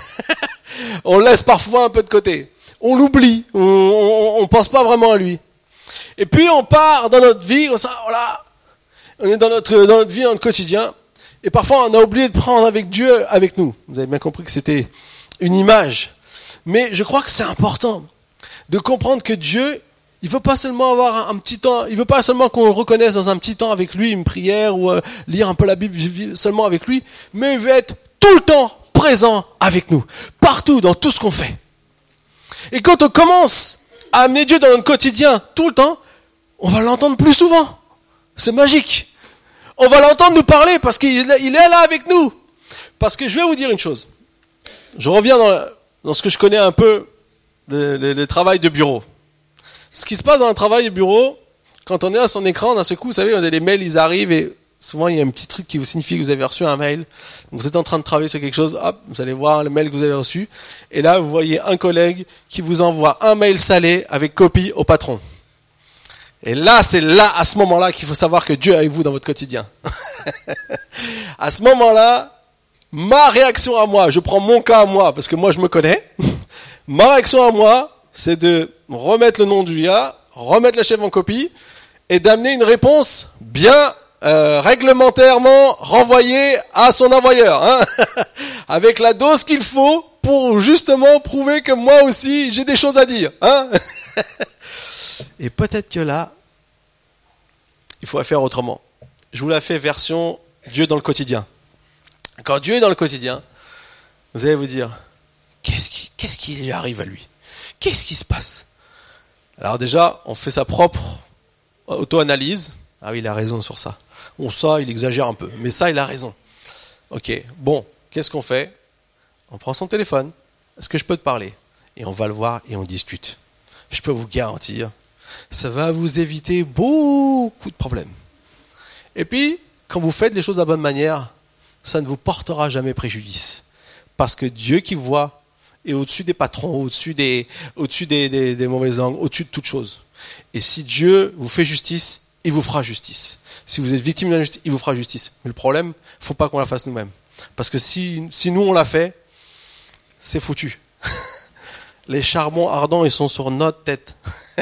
On le laisse parfois un peu de côté. On l'oublie, on pense pas vraiment à lui. Et puis on part dans notre vie, voilà, on est dans notre vie, dans notre quotidien, et parfois on a oublié de prendre avec Dieu avec nous. Vous avez bien compris que c'était une image. Mais je crois que c'est important de comprendre que Dieu, il veut pas seulement avoir un petit temps, il veut pas seulement qu'on le reconnaisse dans un petit temps avec lui, une prière ou lire un peu la Bible seulement avec lui, mais il veut être tout le temps présent avec nous, partout, dans tout ce qu'on fait. Et quand on commence à amener Dieu dans notre quotidien tout le temps, on va l'entendre plus souvent. C'est magique. On va l'entendre nous parler parce qu'il est là avec nous. Parce que je vais vous dire une chose. Je reviens dans ce que je connais un peu, le travail de bureau. Ce qui se passe dans le travail de bureau, quand on est à son écran, d'un seul coup, vous savez, les mails, ils arrivent et souvent, il y a un petit truc qui vous signifie que vous avez reçu un mail. Vous êtes en train de travailler sur quelque chose, hop, vous allez voir le mail que vous avez reçu. Et là, vous voyez un collègue qui vous envoie un mail salé avec copie au patron. Et là, c'est là, à ce moment-là, qu'il faut savoir que Dieu est avec vous dans votre quotidien. À ce moment-là, ma réaction à moi, je prends mon cas à moi, parce que moi, je me connais. Ma réaction à moi, c'est de remettre le nom du gars, remettre le chef en copie, et d'amener une réponse bien réglementairement renvoyée à son envoyeur, hein, avec la dose qu'il faut pour justement prouver que moi aussi, j'ai des choses à dire. Hein. Et peut-être que là, il faudrait faire autrement. Je vous la fais version Dieu dans le quotidien. Quand Dieu est dans le quotidien, vous allez vous dire, qu'est-ce qui lui arrive à lui? Qu'est-ce qui se passe? Alors déjà, on fait sa propre auto-analyse. Ah oui, il a raison sur ça. Bon, ça, il exagère un peu. Mais ça, il a raison. Ok, bon, qu'est-ce qu'on fait? On prend son téléphone. Est-ce que je peux te parler? Et on va le voir et on discute. Je peux vous garantir, ça va vous éviter beaucoup de problèmes. Et puis, quand vous faites les choses de la bonne manière, ça ne vous portera jamais préjudice. Parce que Dieu qui voit est au-dessus des patrons, au-dessus des mauvaises langues, au-dessus de toute chose. Et si Dieu vous fait justice, il vous fera justice. Si vous êtes victime de l'injustice, il vous fera justice. Mais le problème, il ne faut pas qu'on la fasse nous-mêmes. Parce que si nous on l'a fait, c'est foutu. Les charbons ardents, ils sont sur notre tête.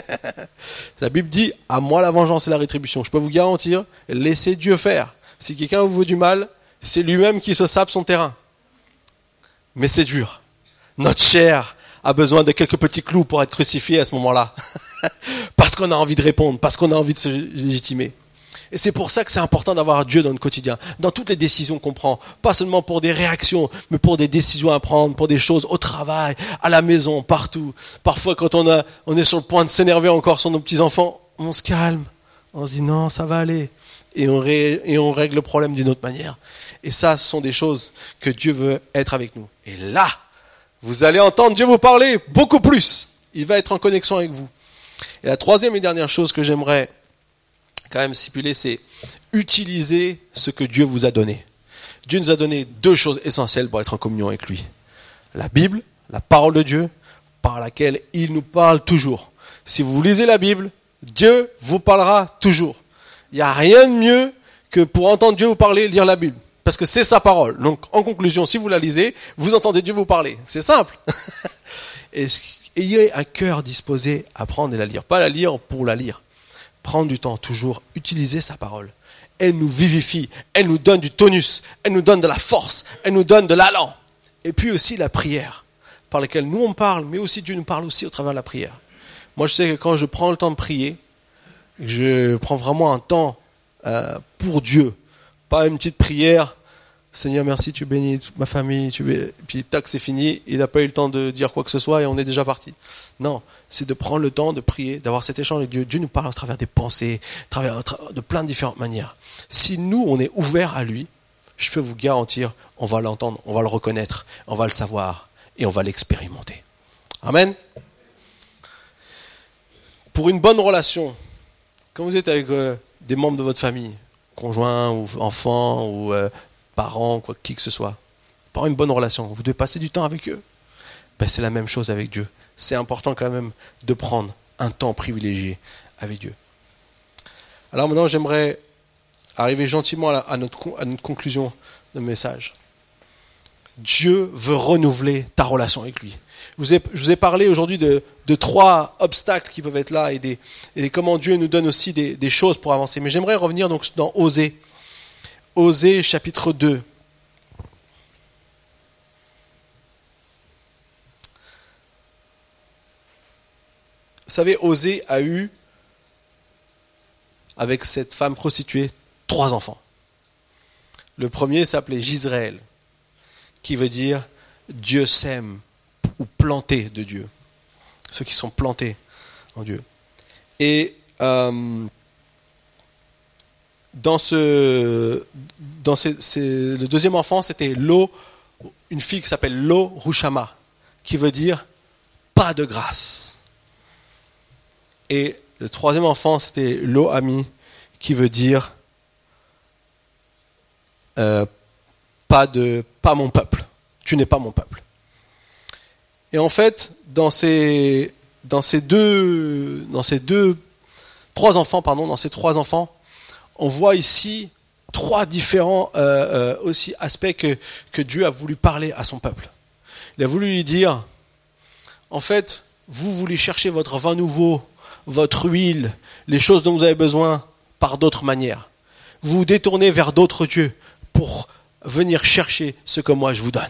La Bible dit, à moi la vengeance et la rétribution. Je peux vous garantir, laissez Dieu faire. Si quelqu'un vous veut du mal, c'est lui-même qui se sape son terrain. mais c'est dur. Notre chair a besoin de quelques petits clous pour être crucifié à ce moment-là. Parce qu'on a envie de répondre, parce qu'on a envie de se légitimer. Et c'est pour ça que c'est important d'avoir Dieu dans notre quotidien, dans toutes les décisions qu'on prend. Pas seulement pour des réactions, mais pour des décisions à prendre, pour des choses au travail, à la maison, partout. Parfois, quand on est sur le point de s'énerver encore sur nos petits-enfants, on se calme. On se dit non, ça va aller. Et on règle le problème d'une autre manière. Et ça, ce sont des choses que Dieu veut être avec nous. Et là, vous allez entendre Dieu vous parler beaucoup plus. Il va être en connexion avec vous. Et la troisième et dernière chose que j'aimerais quand même stipuler, c'est utiliser ce que Dieu vous a donné. Dieu nous a donné deux choses essentielles pour être en communion avec lui. La Bible, la parole de Dieu, par laquelle il nous parle toujours. Si vous lisez la Bible, Dieu vous parlera toujours. Il n'y a rien de mieux que pour entendre Dieu vous parler, lire la Bible. Parce que c'est sa parole. Donc, en conclusion, si vous la lisez, vous entendez Dieu vous parler. C'est simple. Et ayez un cœur disposé à prendre et la lire. Pas la lire pour la lire. Prendre du temps, toujours utiliser sa parole. Elle nous vivifie, elle nous donne du tonus, elle nous donne de la force, elle nous donne de l'allant. Et puis aussi la prière, par laquelle nous on parle, mais aussi Dieu nous parle aussi au travers de la prière. Moi je sais que quand je prends le temps de prier, je prends vraiment un temps pour Dieu. Pas une petite prière, Seigneur merci, tu bénis toute ma famille, puis tac c'est fini, il n'a pas eu le temps de dire quoi que ce soit et on est déjà parti. Non, c'est de prendre le temps de prier, d'avoir cet échange avec Dieu. Dieu nous parle à travers des pensées, de plein de différentes manières. Si nous, on est ouverts à lui, je peux vous garantir, on va l'entendre, on va le reconnaître, on va le savoir et on va l'expérimenter. Amen. Pour une bonne relation, quand vous êtes avec des membres de votre famille, conjoint ou enfant ou parents, qui que ce soit, pour une bonne relation, vous devez passer du temps avec eux. Ben, c'est la même chose avec Dieu. C'est important quand même de prendre un temps privilégié avec Dieu. Alors maintenant, j'aimerais arriver gentiment à notre conclusion de message. Dieu veut renouveler ta relation avec lui. Je vous ai parlé aujourd'hui de 3 obstacles qui peuvent être là et comment Dieu nous donne aussi des choses pour avancer. Mais j'aimerais revenir donc dans Osée. Osée chapitre 2. Vous savez, Osée a eu, avec cette femme prostituée, 3 enfants. Le premier s'appelait Jizréel, qui veut dire Dieu sème ou planté de Dieu. Ceux qui sont plantés en Dieu. Et le deuxième enfant, c'était une fille qui s'appelle Lo Rushama, qui veut dire pas de grâce. Et le troisième enfant, c'était Lo Ami, qui veut dire pas mon peuple. Tu n'es pas mon peuple. Et en fait, dans ces trois enfants, on voit ici 3 différents aussi aspects que Dieu a voulu parler à son peuple. Il a voulu lui dire, en fait, vous voulez chercher votre vin nouveau, votre huile, les choses dont vous avez besoin par d'autres manières. Vous vous détournez vers d'autres dieux pour venir chercher ce que moi je vous donne.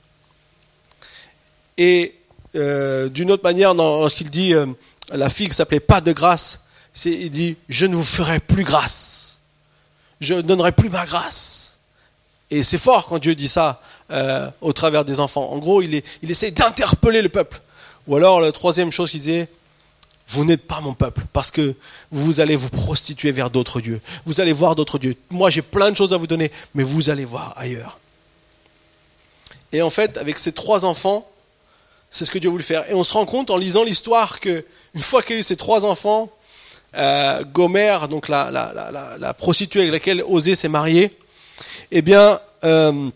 Et d'une autre manière, lorsqu'il dit la fille qui s'appelait pas de grâce, il dit je ne vous ferai plus grâce, je ne donnerai plus ma grâce. Et c'est fort quand Dieu dit ça au travers des enfants. En gros, il essaie d'interpeller le peuple. Ou alors la troisième chose qu'il disait, vous n'êtes pas mon peuple parce que vous allez vous prostituer vers d'autres dieux. Vous allez voir d'autres dieux. Moi, j'ai plein de choses à vous donner, mais vous allez voir ailleurs. Et en fait, avec ces 3 enfants, c'est ce que Dieu voulait faire. Et on se rend compte en lisant l'histoire que une fois qu'il y a eu ces 3 enfants, Gomer, donc la prostituée avec laquelle Osée s'est marié, eh bien, elle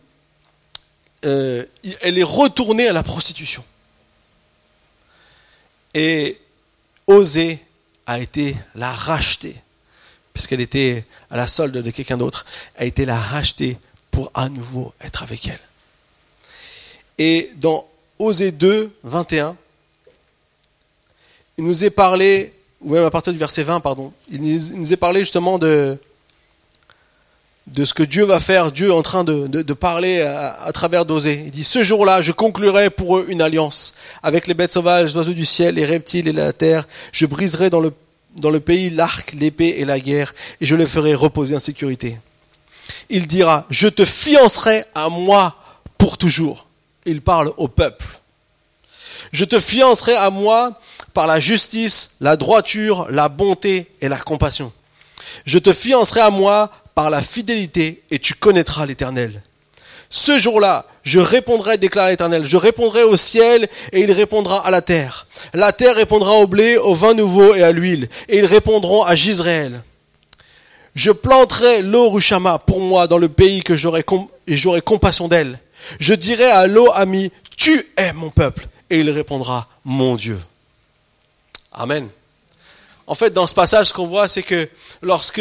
est retournée à la prostitution. Et Osée a été la racheter, puisqu'elle était à la solde de quelqu'un d'autre, a été la racheter pour à nouveau être avec elle. Et dans Osée 2, 21, il nous est parlé, ou même à partir du verset 20, il nous est parlé justement de de ce que Dieu va faire. Dieu est en train de parler à travers d'Osée. Il dit, ce jour-là, je conclurai pour eux une alliance avec les bêtes sauvages, les oiseaux du ciel, les reptiles et la terre. Je briserai dans le pays l'arc, l'épée et la guerre, et je les ferai reposer en sécurité. Il dira, je te fiancerai à moi pour toujours. Il parle au peuple. Je te fiancerai à moi par la justice, la droiture, la bonté et la compassion. Je te fiancerai à moi par la fidélité et tu connaîtras l'Éternel. Ce jour-là, je répondrai, déclare l'Éternel, je répondrai au ciel et il répondra à la terre. La terre répondra au blé, au vin nouveau et à l'huile, et ils répondront à Jisraël. Je planterai l'eau Rushama pour moi dans le pays que j'aurai compassion d'elle. Je dirai à l'eau Ami, tu es mon peuple, et il répondra, mon Dieu. Amen. En fait, dans ce passage, ce qu'on voit, c'est que lorsque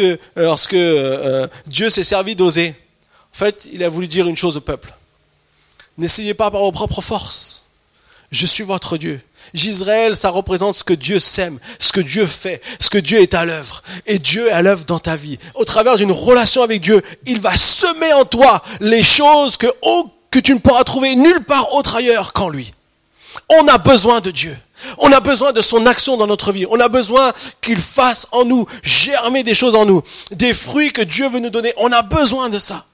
Dieu s'est servi d'Osée, en fait, il a voulu dire une chose au peuple. N'essayez pas par vos propres forces. Je suis votre Dieu. Jisraël, ça représente ce que Dieu sème, ce que Dieu fait, ce que Dieu est à l'œuvre. Et Dieu est à l'œuvre dans ta vie. Au travers d'une relation avec Dieu, il va semer en toi les choses que tu ne pourras trouver nulle part autre ailleurs qu'en lui. On a besoin de Dieu. On a besoin de son action dans notre vie. On a besoin qu'il fasse en nous germer des choses en nous, des fruits que Dieu veut nous donner. On a besoin de ça.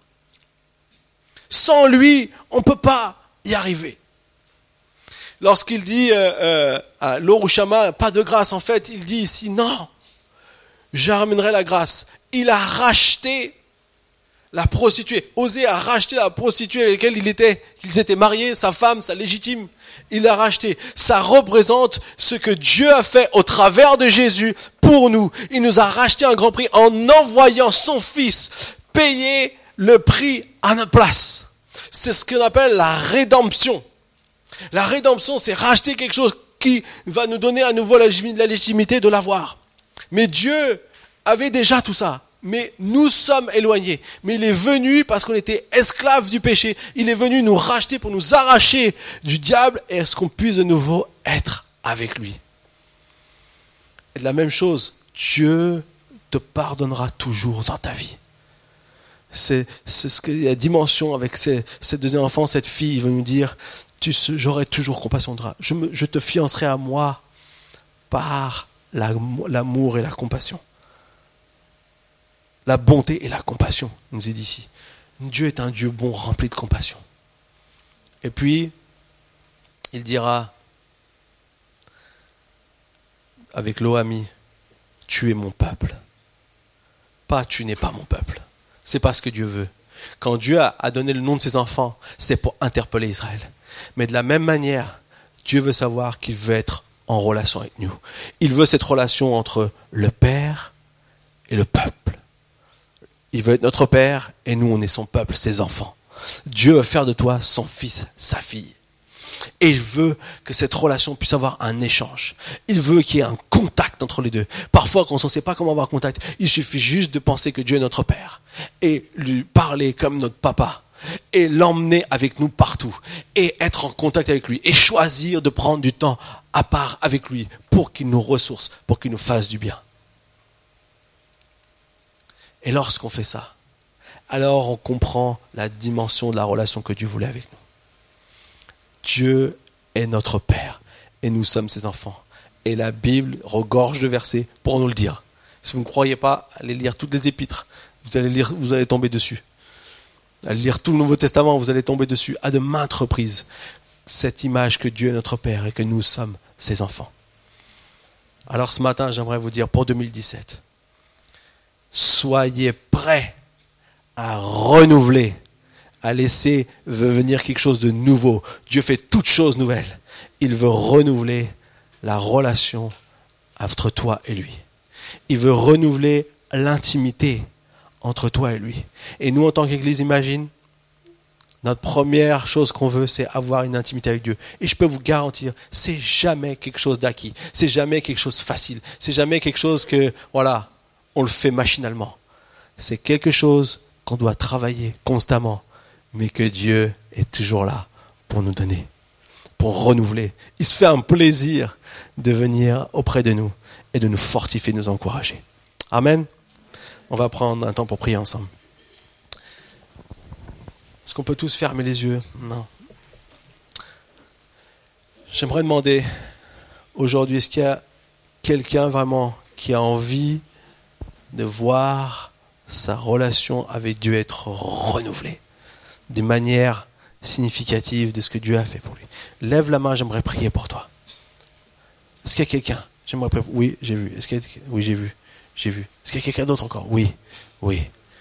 Sans lui, on ne peut pas y arriver. Lorsqu'il dit à l'eau Rushama, pas de grâce, en fait, il dit ici, non, je ramènerai la grâce. Il a racheté la prostituée. Osée a racheté la prostituée avec laquelle ils étaient mariés, sa femme, sa légitime. Il l'a racheté. Ça représente ce que Dieu a fait au travers de Jésus pour nous. Il nous a racheté un grand prix en envoyant son Fils payer le prix à notre place. C'est ce qu'on appelle la rédemption. La rédemption, c'est racheter quelque chose qui va nous donner à nouveau la légitimité de l'avoir. Mais Dieu avait déjà tout ça. Mais nous sommes éloignés. Mais il est venu parce qu'on était esclaves du péché. Il est venu nous racheter pour nous arracher du diable et est-ce qu'on puisse de nouveau être avec lui. Et de la même chose, Dieu te pardonnera toujours dans ta vie. C'est ce que la dimension avec ces deux enfants, cette fille, il veut nous dire, j'aurai toujours compassion de toi. Je te fiancerai à moi par l'amour et la compassion. La bonté et la compassion, il nous est dit ici. Dieu est un Dieu bon, rempli de compassion. Et puis, il dira, avec l'Oami, tu es mon peuple. Pas, tu n'es pas mon peuple. C'est pas ce que Dieu veut. Quand Dieu a donné le nom de ses enfants, c'était pour interpeller Israël. Mais de la même manière, Dieu veut savoir qu'il veut être en relation avec nous. Il veut cette relation entre le Père et le peuple. Il veut être notre Père et nous, on est son peuple, ses enfants. Dieu veut faire de toi son fils, sa fille. Et il veut que cette relation puisse avoir un échange. Il veut qu'il y ait un contact entre les deux. Parfois, quand on ne sait pas comment avoir contact, il suffit juste de penser que Dieu est notre Père et lui parler comme notre papa et l'emmener avec nous partout et être en contact avec lui et choisir de prendre du temps à part avec lui pour qu'il nous ressource, pour qu'il nous fasse du bien. Et lorsqu'on fait ça, alors on comprend la dimension de la relation que Dieu voulait avec nous. Dieu est notre Père et nous sommes ses enfants. Et la Bible regorge de versets pour nous le dire. Si vous ne croyez pas, allez lire toutes les épîtres. Vous allez tomber dessus. Allez lire tout le Nouveau Testament, vous allez tomber dessus à de maintes reprises. Cette image que Dieu est notre Père et que nous sommes ses enfants. Alors ce matin, j'aimerais vous dire pour 2017, soyez prêts à renouveler, à laisser venir quelque chose de nouveau. Dieu fait toutes choses nouvelles. Il veut renouveler la relation entre toi et lui. Il veut renouveler l'intimité entre toi et lui. Et nous, en tant qu'Église, imagine, notre première chose qu'on veut, c'est avoir une intimité avec Dieu. Et je peux vous garantir, c'est jamais quelque chose d'acquis. C'est jamais quelque chose de facile. C'est jamais quelque chose que, voilà, on le fait machinalement. C'est quelque chose qu'on doit travailler constamment, mais que Dieu est toujours là pour nous donner, pour renouveler. Il se fait un plaisir de venir auprès de nous et de nous fortifier, de nous encourager. Amen. On va prendre un temps pour prier ensemble. Est-ce qu'on peut tous fermer les yeux? Non. J'aimerais demander aujourd'hui, est-ce qu'il y a quelqu'un vraiment qui a envie de voir sa relation avec Dieu être renouvelée de manière significative de ce que Dieu a fait pour lui? Lève la main, j'aimerais prier pour toi. Est-ce qu'il y a quelqu'un? J'aimerais prier. Oui, j'ai vu. Est-ce qu'il y a... Oui, j'ai vu. Est-ce qu'il y a quelqu'un d'autre encore? Oui. Vous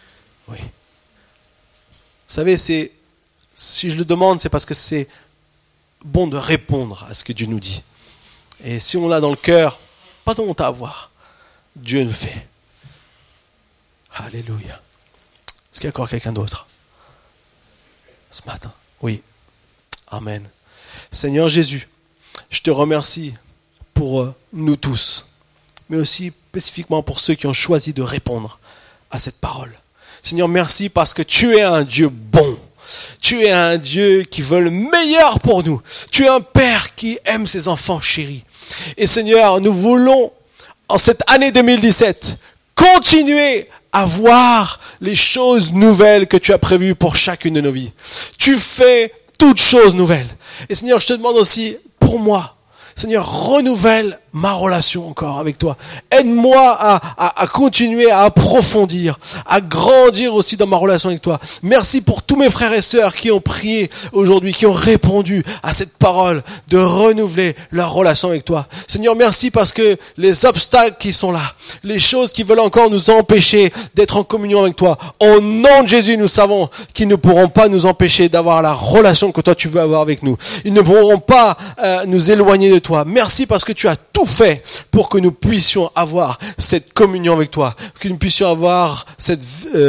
savez, si je le demande, c'est parce que c'est bon de répondre à ce que Dieu nous dit. Et si on l'a dans le cœur, pas de honte à avoir. Dieu le fait. Alléluia. Est-ce qu'il y a encore quelqu'un d'autre ce matin? Oui. Amen. Seigneur Jésus, je te remercie pour nous tous, mais aussi spécifiquement pour ceux qui ont choisi de répondre à cette parole. Seigneur, merci parce que tu es un Dieu bon. Tu es un Dieu qui veut le meilleur pour nous. Tu es un Père qui aime ses enfants chéris. Et Seigneur, nous voulons, en cette année 2017, continuer à voir les choses nouvelles que tu as prévues pour chacune de nos vies. Tu fais toutes choses nouvelles. Et Seigneur, je te demande aussi, pour moi, Seigneur, renouvelle ma relation encore avec toi. Aide-moi à continuer à approfondir, à grandir aussi dans ma relation avec toi. Merci pour tous mes frères et sœurs qui ont prié aujourd'hui, qui ont répondu à cette parole de renouveler leur relation avec toi. Seigneur, merci parce que les obstacles qui sont là, les choses qui veulent encore nous empêcher d'être en communion avec toi, au nom de Jésus, nous savons qu'ils ne pourront pas nous empêcher d'avoir la relation que toi tu veux avoir avec nous. Ils ne pourront pas nous éloigner de toi. Merci parce que tu as tout fait pour que nous puissions avoir cette communion avec toi, que nous puissions avoir cette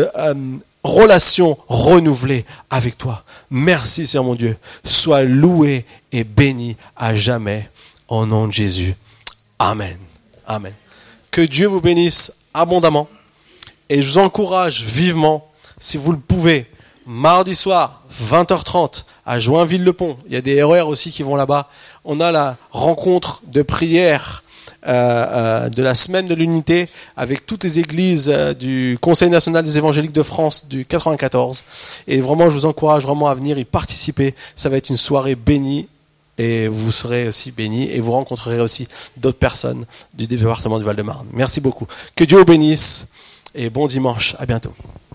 relation renouvelée avec toi. Merci Seigneur mon Dieu. Sois loué et béni à jamais au nom de Jésus. Amen. Amen. Que Dieu vous bénisse abondamment et je vous encourage vivement, si vous le pouvez, mardi soir, 20h30, à Joinville-le-Pont. Il y a des RER aussi qui vont là-bas. On a la rencontre de prière de la semaine de l'unité avec toutes les églises du Conseil national des évangéliques de France du 94. Et vraiment, je vous encourage vraiment à venir y participer. Ça va être une soirée bénie et vous serez aussi bénis et vous rencontrerez aussi d'autres personnes du département du Val-de-Marne. Merci beaucoup. Que Dieu vous bénisse et bon dimanche. À bientôt.